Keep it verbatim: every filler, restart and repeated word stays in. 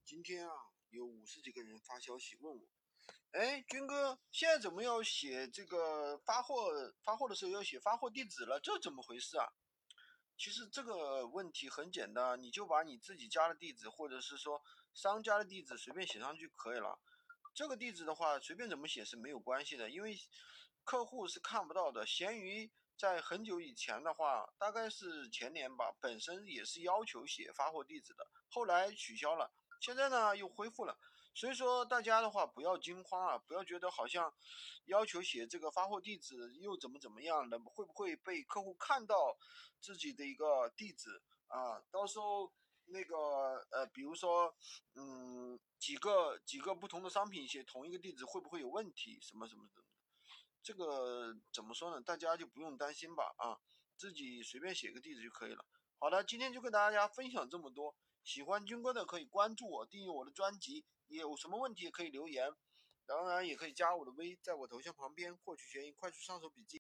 今天啊，有五十几个人发消息问我，哎，军哥，现在怎么要写这个发货发货的时候要写发货地址了？这怎么回事啊？其实这个问题很简单，你就把你自己家的地址或者是说商家的地址随便写上去可以了。这个地址的话，随便怎么写是没有关系的，因为客户是看不到的。闲鱼在很久以前的话，大概是前年吧，本身也是要求写发货地址的，后来取消了，现在呢又恢复了。所以说大家的话不要惊慌啊，不要觉得好像要求写这个发货地址又怎么怎么样的，会不会被客户看到自己的一个地址啊？到时候那个呃，比如说嗯几个几个不同的商品写同一个地址会不会有问题？什么什么的，这个怎么说呢？大家就不用担心吧啊，自己随便写个地址就可以了。好的，今天就跟大家分享这么多。喜欢军哥的可以关注我，订阅我的专辑，有什么问题也可以留言，当然也可以加我的微，在我头像旁边获取权益快速上手笔记。